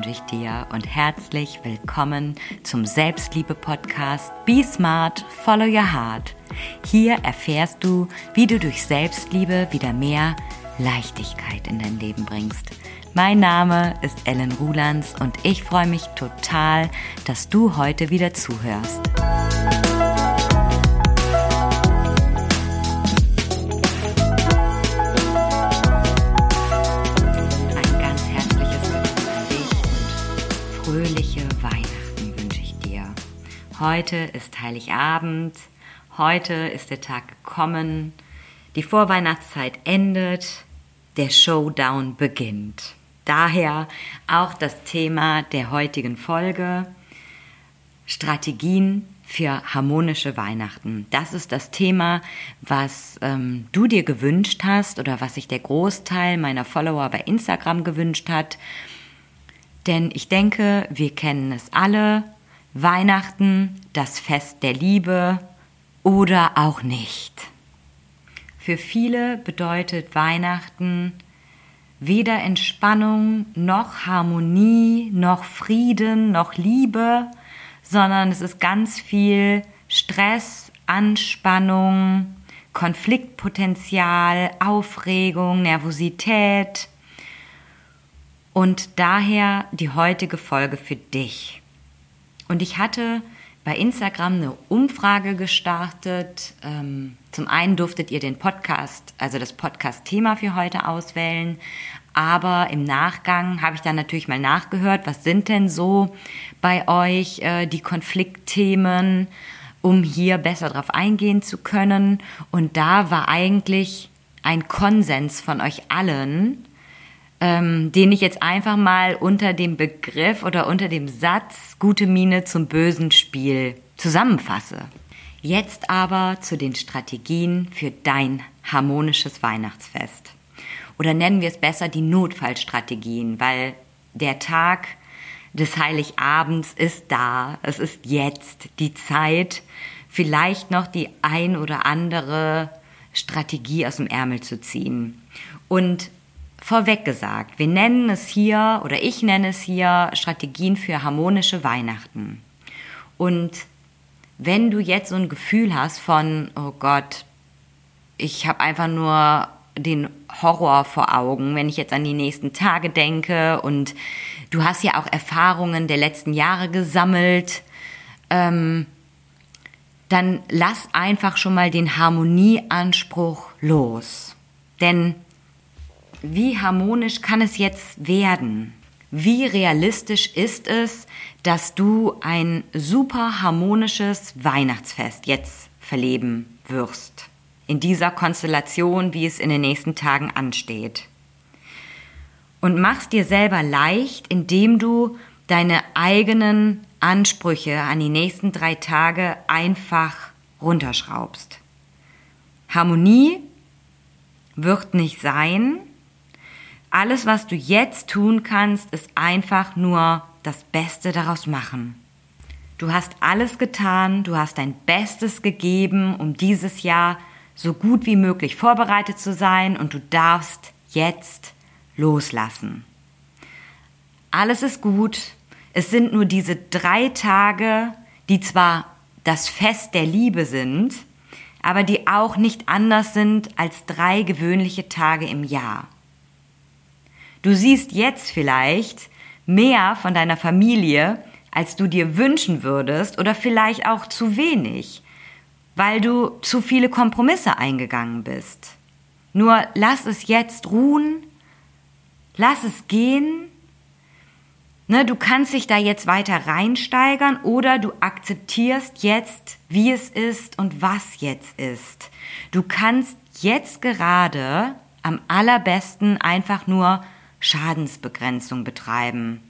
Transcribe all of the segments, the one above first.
wünsche ich dir und herzlich willkommen zum Selbstliebe-Podcast Be Smart, Follow Your Heart. Hier erfährst du, wie du durch Selbstliebe wieder mehr Leichtigkeit in dein Leben bringst. Mein Name ist Ellen Rulands und ich freue mich total, dass du heute wieder zuhörst. Fröhliche Weihnachten wünsche ich dir. Heute ist Heiligabend, heute ist der Tag gekommen, die Vorweihnachtszeit endet, der Showdown beginnt. Daher auch das Thema der heutigen Folge, Strategien für harmonische Weihnachten. Das ist das Thema, was du dir gewünscht hast oder was sich der Großteil meiner Follower bei Instagram gewünscht hat. Denn ich denke, wir kennen es alle, Weihnachten, das Fest der Liebe oder auch nicht. Für viele bedeutet Weihnachten weder Entspannung, noch Harmonie, noch Frieden, noch Liebe, sondern es ist ganz viel Stress, Anspannung, Konfliktpotenzial, Aufregung, Nervosität. Und daher die heutige Folge für dich. Und ich hatte bei Instagram eine Umfrage gestartet. Zum einen durftet ihr den Podcast, also das Podcast-Thema für heute auswählen. Aber im Nachgang habe ich dann natürlich mal nachgehört, was sind denn so bei euch die Konfliktthemen, um hier besser drauf eingehen zu können. Und da war eigentlich ein Konsens von euch allen, den ich jetzt einfach mal unter dem Begriff oder unter dem Satz gute Miene zum bösen Spiel zusammenfasse. Jetzt aber zu den Strategien für dein harmonisches Weihnachtsfest. Oder nennen wir es besser die Notfallstrategien, weil der Tag des Heiligabends ist da. Es ist jetzt die Zeit, vielleicht noch die ein oder andere Strategie aus dem Ärmel zu ziehen. Und vorweg gesagt, wir nennen es hier oder ich nenne es hier Strategien für harmonische Weihnachten. Und wenn du jetzt so ein Gefühl hast von, oh Gott, ich habe einfach nur den Horror vor Augen, wenn ich jetzt an die nächsten Tage denke und du hast ja auch Erfahrungen der letzten Jahre gesammelt, dann lass einfach schon mal den Harmonieanspruch los. Denn wie harmonisch kann es jetzt werden? Wie realistisch ist es, dass du ein super harmonisches Weihnachtsfest jetzt verleben wirst? In dieser Konstellation, wie es in den nächsten Tagen ansteht. Und mach's dir selber leicht, indem du deine eigenen Ansprüche an die nächsten 3 Tage einfach runterschraubst. Harmonie wird nicht sein. Alles, was du jetzt tun kannst, ist einfach nur das Beste daraus machen. Du hast alles getan, du hast dein Bestes gegeben, um dieses Jahr so gut wie möglich vorbereitet zu sein und du darfst jetzt loslassen. Alles ist gut. Es sind nur diese 3 Tage, die zwar das Fest der Liebe sind, aber die auch nicht anders sind als 3 gewöhnliche Tage im Jahr. Du siehst jetzt vielleicht mehr von deiner Familie, als du dir wünschen würdest oder vielleicht auch zu wenig, weil du zu viele Kompromisse eingegangen bist. Nur lass es jetzt ruhen, lass es gehen. Du kannst dich da jetzt weiter reinsteigern oder du akzeptierst jetzt, wie es ist und was jetzt ist. Du kannst jetzt gerade am allerbesten einfach nur Schadensbegrenzung betreiben.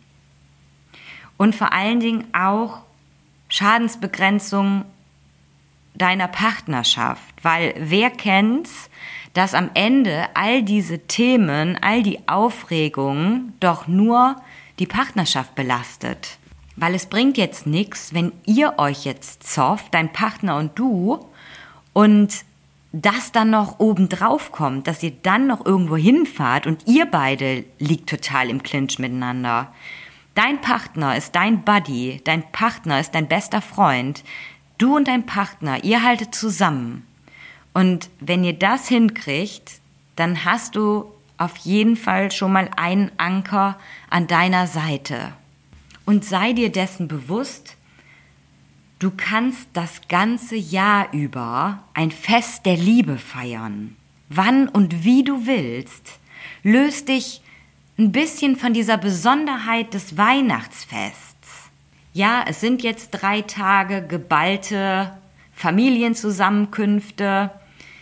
Und vor allen Dingen auch Schadensbegrenzung deiner Partnerschaft, weil wer kennt's, dass am Ende all diese Themen, all die Aufregung doch nur die Partnerschaft belastet. Weil es bringt jetzt nichts, wenn ihr euch jetzt zofft, dein Partner und du, und das dann noch obendrauf kommt, dass ihr dann noch irgendwo hinfahrt und ihr beide liegt total im Clinch miteinander. Dein Partner ist dein Buddy, dein Partner ist dein bester Freund. Du und dein Partner, ihr haltet zusammen. Und wenn ihr das hinkriegt, dann hast du auf jeden Fall schon mal einen Anker an deiner Seite. Und sei dir dessen bewusst, du kannst das ganze Jahr über ein Fest der Liebe feiern. Wann und wie du willst. Löst dich ein bisschen von dieser Besonderheit des Weihnachtsfests. Ja, es sind jetzt 3 Tage geballte Familienzusammenkünfte.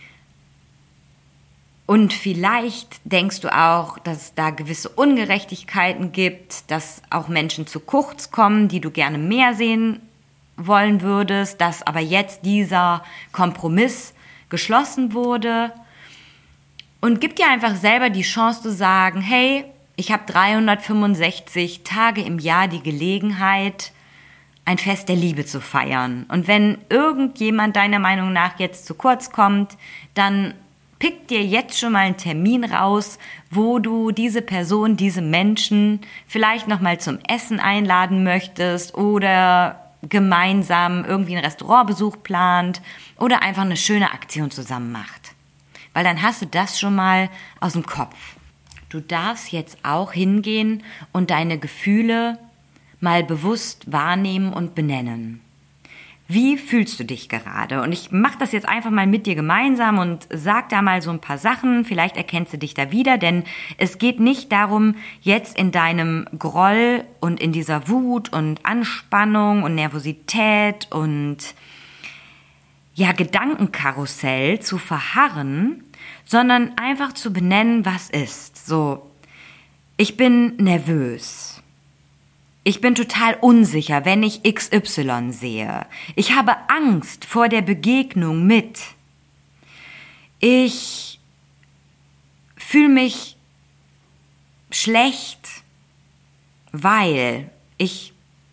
Und vielleicht denkst du auch, dass es da gewisse Ungerechtigkeiten gibt, dass auch Menschen zu kurz kommen, die du gerne mehr sehen wollen würdest, dass aber jetzt dieser Kompromiss geschlossen wurde. Und gib dir einfach selber die Chance zu sagen, hey, ich habe 365 Tage im Jahr die Gelegenheit, ein Fest der Liebe zu feiern. Und wenn irgendjemand deiner Meinung nach jetzt zu kurz kommt, dann pick dir jetzt schon mal einen Termin raus, wo du diese Person, diese Menschen vielleicht nochmal zum Essen einladen möchtest oder gemeinsam irgendwie einen Restaurantbesuch plant oder einfach eine schöne Aktion zusammen macht. Weil dann hast du das schon mal aus dem Kopf. Du darfst jetzt auch hingehen und deine Gefühle mal bewusst wahrnehmen und benennen. Wie fühlst du dich gerade? Und ich mache das jetzt einfach mal mit dir gemeinsam und sag da mal so ein paar Sachen. Vielleicht erkennst du dich da wieder, denn es geht nicht darum, jetzt in deinem Groll und in dieser Wut und Anspannung und Nervosität und ja, Gedankenkarussell zu verharren, sondern einfach zu benennen, was ist. So, ich bin nervös. Ich bin total unsicher, wenn ich XY sehe. Ich habe Angst vor der Begegnung mit. Ich fühle mich schlecht, weil ich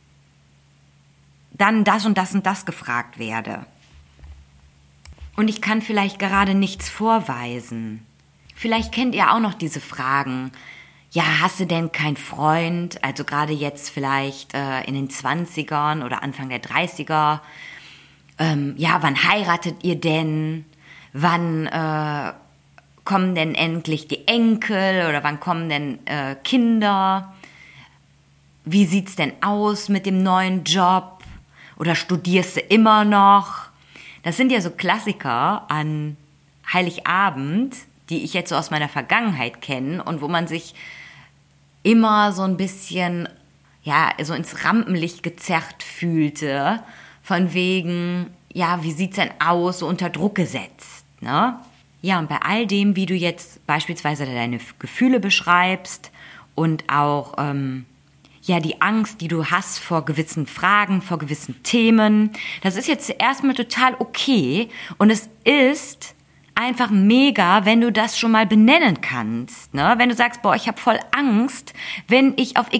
dann das und das und das gefragt werde. Und ich kann vielleicht gerade nichts vorweisen. Vielleicht kennt ihr auch noch diese Fragen. Ja, hast du denn keinen Freund? Also gerade jetzt vielleicht in den 20ern oder Anfang der 30er. Ja, wann heiratet ihr denn? Wann kommen denn endlich die Enkel oder wann kommen denn Kinder? Wie sieht's denn aus mit dem neuen Job? Oder studierst du immer noch? Das sind ja so Klassiker an Heiligabend, die ich jetzt so aus meiner Vergangenheit kenne und wo man sich immer so ein bisschen, ja, so ins Rampenlicht gezerrt fühlte, von wegen, ja, wie sieht's denn aus, so unter Druck gesetzt, ne? Ja, und bei all dem, wie du jetzt beispielsweise deine Gefühle beschreibst und auch, ja, die Angst, die du hast vor gewissen Fragen, vor gewissen Themen, das ist jetzt erstmal total okay und es ist einfach mega, wenn du das schon mal benennen kannst, ne? Wenn du sagst, boah, ich habe voll Angst, wenn ich auf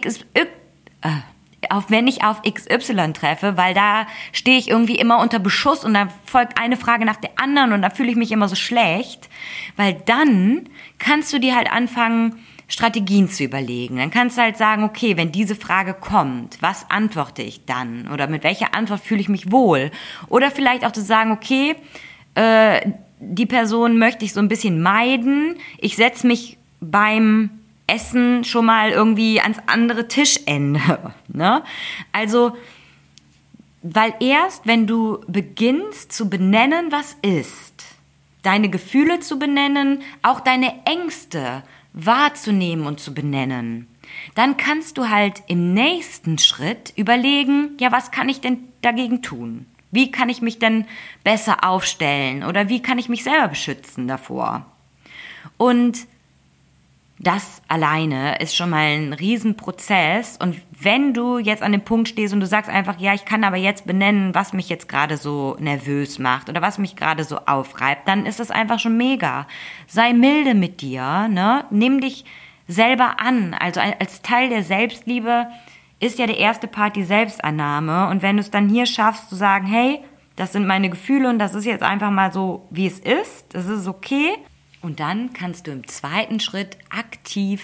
XY treffe, weil da stehe ich irgendwie immer unter Beschuss und dann folgt eine Frage nach der anderen und da fühle ich mich immer so schlecht, weil dann kannst du dir halt anfangen, Strategien zu überlegen. Dann kannst du halt sagen, okay, wenn diese Frage kommt, was antworte ich dann? Oder mit welcher Antwort fühle ich mich wohl? Oder vielleicht auch zu sagen, okay, die Person möchte ich so ein bisschen meiden. Ich setze mich beim Essen schon mal irgendwie ans andere Tischende. Ne? Also, weil erst, wenn du beginnst zu benennen, was ist, deine Gefühle zu benennen, auch deine Ängste wahrzunehmen und zu benennen, dann kannst du halt im nächsten Schritt überlegen, ja, was kann ich denn dagegen tun? Wie kann ich mich denn besser aufstellen oder wie kann ich mich selber beschützen davor? Und das alleine ist schon mal ein Riesenprozess. Und wenn du jetzt an dem Punkt stehst und du sagst einfach, ja, ich kann aber jetzt benennen, was mich jetzt gerade so nervös macht oder was mich gerade so aufreibt, dann ist das einfach schon mega. Sei milde mit dir, ne? Nimm dich selber an. Also als Teil der Selbstliebe ist ja der erste Part die Selbstannahme. Und wenn du es dann hier schaffst, zu sagen, hey, das sind meine Gefühle und das ist jetzt einfach mal so, wie es ist, das ist okay. Und dann kannst du im zweiten Schritt aktiv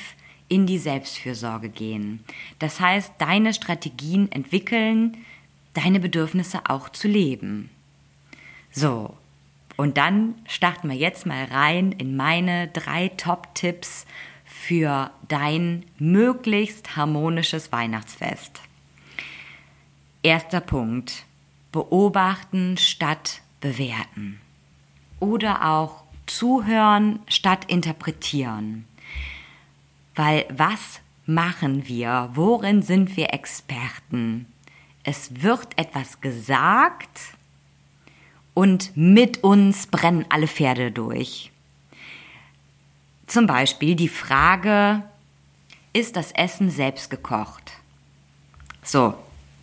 in die Selbstfürsorge gehen. Das heißt, deine Strategien entwickeln, deine Bedürfnisse auch zu leben. So, und dann starten wir jetzt mal rein in meine 3 Top-Tipps für dein möglichst harmonisches Weihnachtsfest. Erster Punkt: Beobachten statt bewerten. Oder auch zuhören statt interpretieren. Weil was machen wir? Worin sind wir Experten? Es wird etwas gesagt und mit uns brennen alle Pferde durch. Zum Beispiel die Frage: Ist das Essen selbst gekocht? So.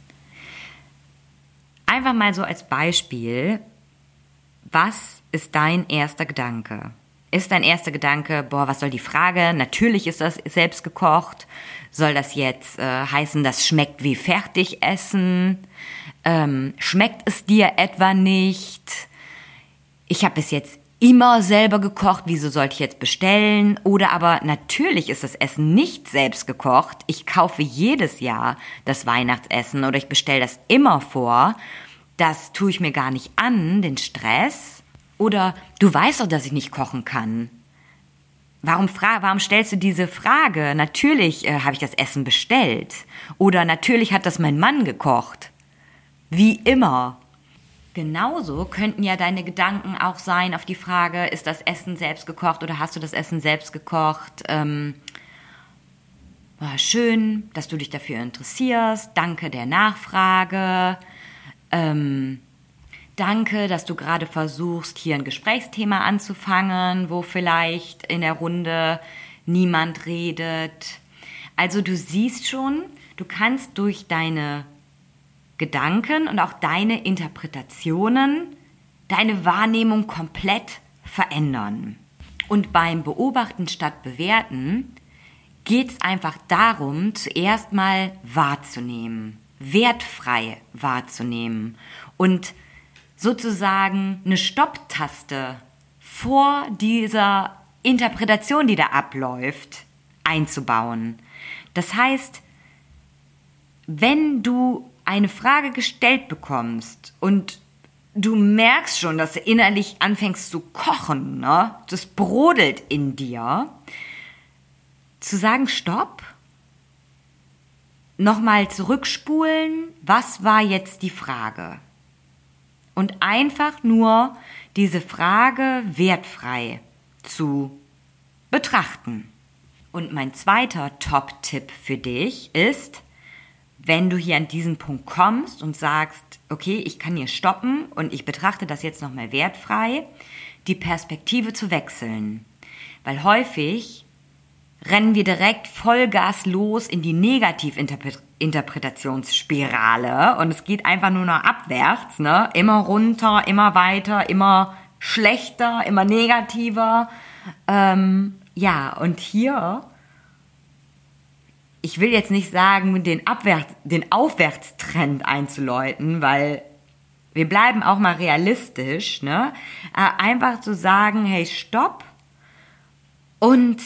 Einfach mal so als Beispiel: Was ist dein erster Gedanke? Ist dein erster Gedanke, was soll die Frage? Natürlich ist das selbst gekocht. Soll das jetzt heißen, das schmeckt wie Fertigessen? Schmeckt es dir etwa nicht? Ich habe bis jetzt immer selber gekocht, wieso sollte ich jetzt bestellen? Oder aber natürlich ist das Essen nicht selbst gekocht. Ich kaufe jedes Jahr das Weihnachtsessen oder ich bestelle das immer vor. Das tue ich mir gar nicht an, den Stress. Oder du weißt doch, dass ich nicht kochen kann. Warum stellst du diese Frage? Natürlich habe ich das Essen bestellt. Oder natürlich hat das mein Mann gekocht. Wie immer. Genauso könnten ja deine Gedanken auch sein auf die Frage: Ist das Essen selbst gekocht oder hast du das Essen selbst gekocht? Schön, dass du dich dafür interessierst. Danke der Nachfrage. Danke, dass du gerade versuchst, hier ein Gesprächsthema anzufangen, wo vielleicht in der Runde niemand redet. Also du siehst schon, du kannst durch deine Gedanken und auch deine Interpretationen deine Wahrnehmung komplett verändern. Und beim Beobachten statt Bewerten geht es einfach darum, zuerst mal wahrzunehmen, wertfrei wahrzunehmen und sozusagen eine Stopptaste vor dieser Interpretation, die da abläuft, einzubauen. Das heißt, wenn du eine Frage gestellt bekommst und du merkst schon, dass du innerlich anfängst zu kochen, ne? Das brodelt in dir, zu sagen: Stopp, nochmal zurückspulen, was war jetzt die Frage? Und einfach nur diese Frage wertfrei zu betrachten. Und mein zweiter Top-Tipp für dich ist, wenn du hier an diesen Punkt kommst und sagst: Okay, ich kann hier stoppen und ich betrachte das jetzt nochmal wertfrei, die Perspektive zu wechseln. Weil häufig rennen wir direkt Vollgas los in die Negativinterpretationsspirale und es geht einfach nur noch abwärts, ne? Immer runter, immer weiter, immer schlechter, immer negativer. Und hier, ich will jetzt nicht sagen, den Aufwärtstrend einzuläuten, weil wir bleiben auch mal realistisch, ne? Einfach zu sagen: Hey, stopp, und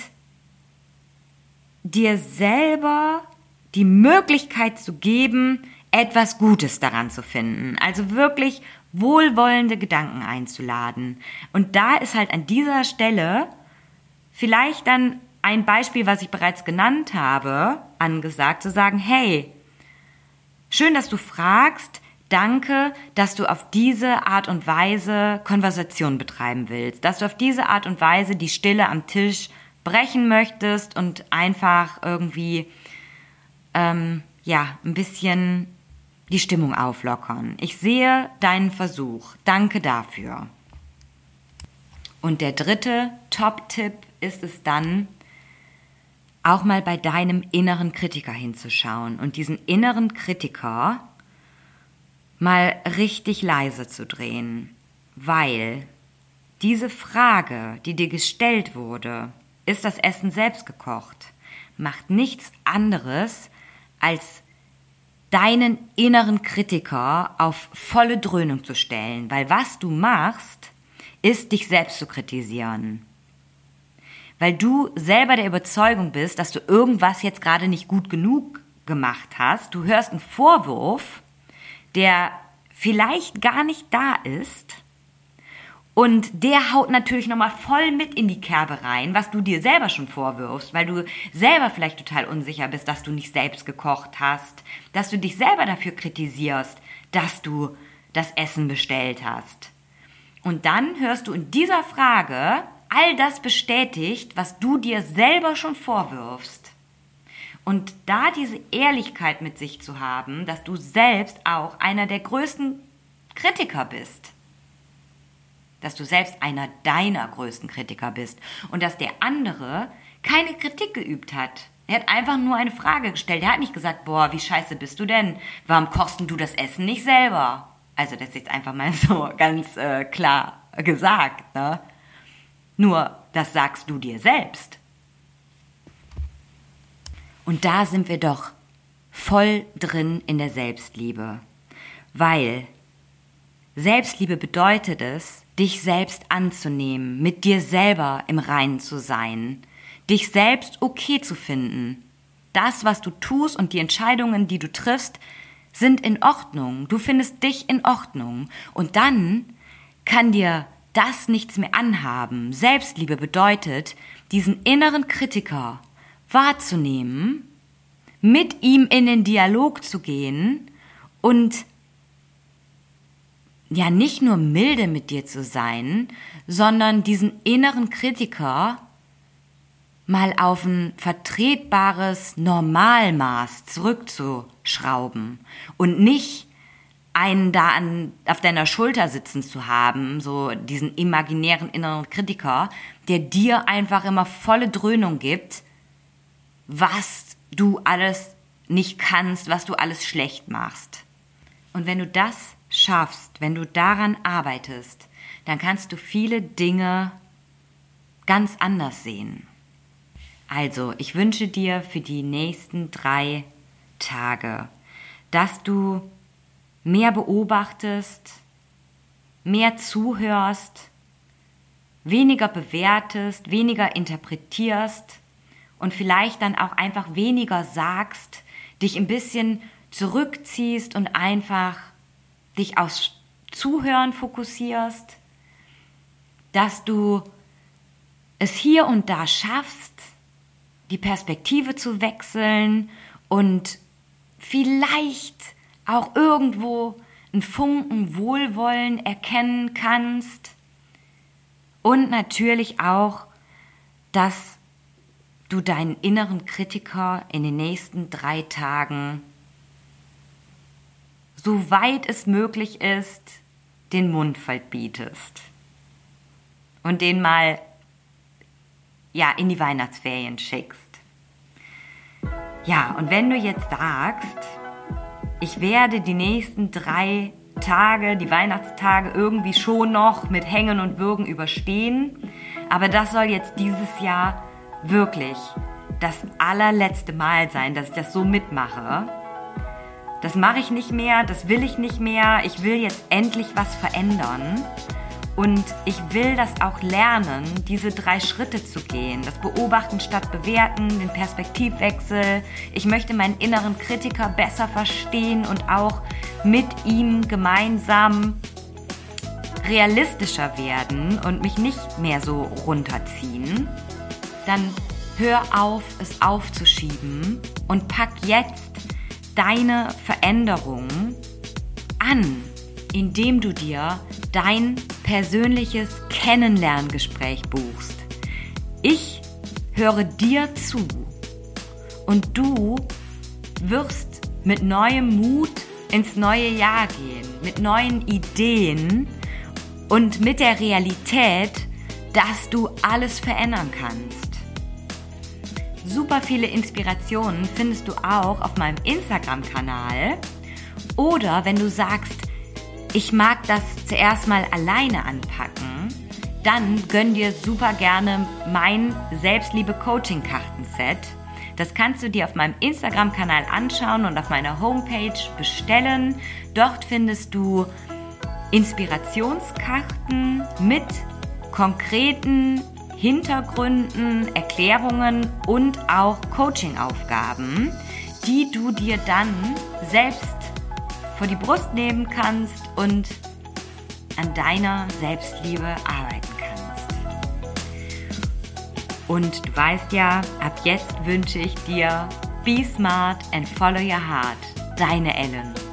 dir selber die Möglichkeit zu geben, etwas Gutes daran zu finden. Also wirklich wohlwollende Gedanken einzuladen. Und da ist halt an dieser Stelle vielleicht dann ein Beispiel, was ich bereits genannt habe, angesagt, zu sagen: Hey, schön, dass du fragst. Danke, dass du auf diese Art und Weise Konversation betreiben willst. Dass du auf diese Art und Weise die Stille am Tisch brechen möchtest und einfach irgendwie ein bisschen die Stimmung auflockern. Ich sehe deinen Versuch. Danke dafür. Und der dritte Top-Tipp ist es dann, auch mal bei deinem inneren Kritiker hinzuschauen und diesen inneren Kritiker mal richtig leise zu drehen, weil diese Frage, die dir gestellt wurde: Ist das Essen selbst gekocht? Macht nichts anderes, als deinen inneren Kritiker auf volle Dröhnung zu stellen. Weil was du machst, ist, dich selbst zu kritisieren. weil du selber der Überzeugung bist, dass du irgendwas jetzt gerade nicht gut genug gemacht hast. Du hörst einen Vorwurf, der vielleicht gar nicht da ist. Und der haut natürlich nochmal voll mit in die Kerbe rein, was du dir selber schon vorwirfst, weil du selber vielleicht total unsicher bist, dass du nicht selbst gekocht hast, dass du dich selber dafür kritisierst, dass du das Essen bestellt hast. Und dann hörst du in dieser Frage all das bestätigt, was du dir selber schon vorwirfst. Und da diese Ehrlichkeit mit sich zu haben, dass du selbst auch einer der größten Kritiker bist, dass du selbst einer deiner größten Kritiker bist und dass der andere keine Kritik geübt hat. Er hat einfach nur eine Frage gestellt. Er hat nicht gesagt, boah, wie scheiße bist du denn? Warum kochst du das Essen nicht selber? Also das ist jetzt einfach mal so ganz klar gesagt, ne? Nur, das sagst du dir selbst. Und da sind wir doch voll drin in der Selbstliebe. Weil Selbstliebe bedeutet es, dich selbst anzunehmen, mit dir selber im Reinen zu sein, dich selbst okay zu finden. Das, was du tust und die Entscheidungen, die du triffst, sind in Ordnung. Du findest dich in Ordnung. Und dann kann dir das nichts mehr anhaben. Selbstliebe bedeutet, diesen inneren Kritiker wahrzunehmen, mit ihm in den Dialog zu gehen und ja nicht nur milde mit dir zu sein, sondern diesen inneren Kritiker mal auf ein vertretbares Normalmaß zurückzuschrauben und nicht einen da auf deiner Schulter sitzen zu haben, so diesen imaginären inneren Kritiker, der dir einfach immer volle Dröhnung gibt, was du alles nicht kannst, was du alles schlecht machst. Und wenn du das schaffst, wenn du daran arbeitest, dann kannst du viele Dinge ganz anders sehen. Also, ich wünsche dir für die nächsten 3 Tage, dass du mehr beobachtest, mehr zuhörst, weniger bewertest, weniger interpretierst und vielleicht dann auch einfach weniger sagst, dich ein bisschen zurückziehst und einfach dich aufs Zuhören fokussierst, dass du es hier und da schaffst, die Perspektive zu wechseln und vielleicht auch irgendwo einen Funken Wohlwollen erkennen kannst und natürlich auch, dass du deinen inneren Kritiker in den nächsten 3 Tagen, soweit es möglich ist, den Mund verbietest und den mal in die Weihnachtsferien schickst. Ja, und wenn du jetzt sagst, ich werde die nächsten 3 Tage, die Weihnachtstage irgendwie schon noch mit Hängen und Würgen überstehen, aber das soll jetzt dieses Jahr wirklich das allerletzte Mal sein, dass ich das so mitmache. Das mache ich nicht mehr, das will ich nicht mehr, ich will jetzt endlich was verändern. Und ich will das auch lernen, diese 3 Schritte zu gehen. Das Beobachten statt Bewerten, den Perspektivwechsel. Ich möchte meinen inneren Kritiker besser verstehen und auch mit ihm gemeinsam realistischer werden und mich nicht mehr so runterziehen. Dann hör auf, es aufzuschieben und pack jetzt deine Veränderung an, indem du dir dein persönliches Kennenlerngespräch buchst. Ich höre dir zu und du wirst mit neuem Mut ins neue Jahr gehen, mit neuen Ideen und mit der Realität, dass du alles verändern kannst. Super viele Inspirationen findest du auch auf meinem Instagram-Kanal oder wenn du sagst, ich mag das zuerst mal alleine anpacken, dann gönn dir super gerne mein Selbstliebe-Coaching-Kartenset. Das kannst du dir auf meinem Instagram-Kanal anschauen und auf meiner Homepage bestellen. Dort findest du Inspirationskarten mit konkreten Hintergründen, Erklärungen und auch Coaching-Aufgaben, die du dir dann selbst vor die Brust nehmen kannst und an deiner Selbstliebe arbeiten kannst. Und du weißt ja, ab jetzt wünsche ich dir Be smart and follow your heart. Deine Ellen.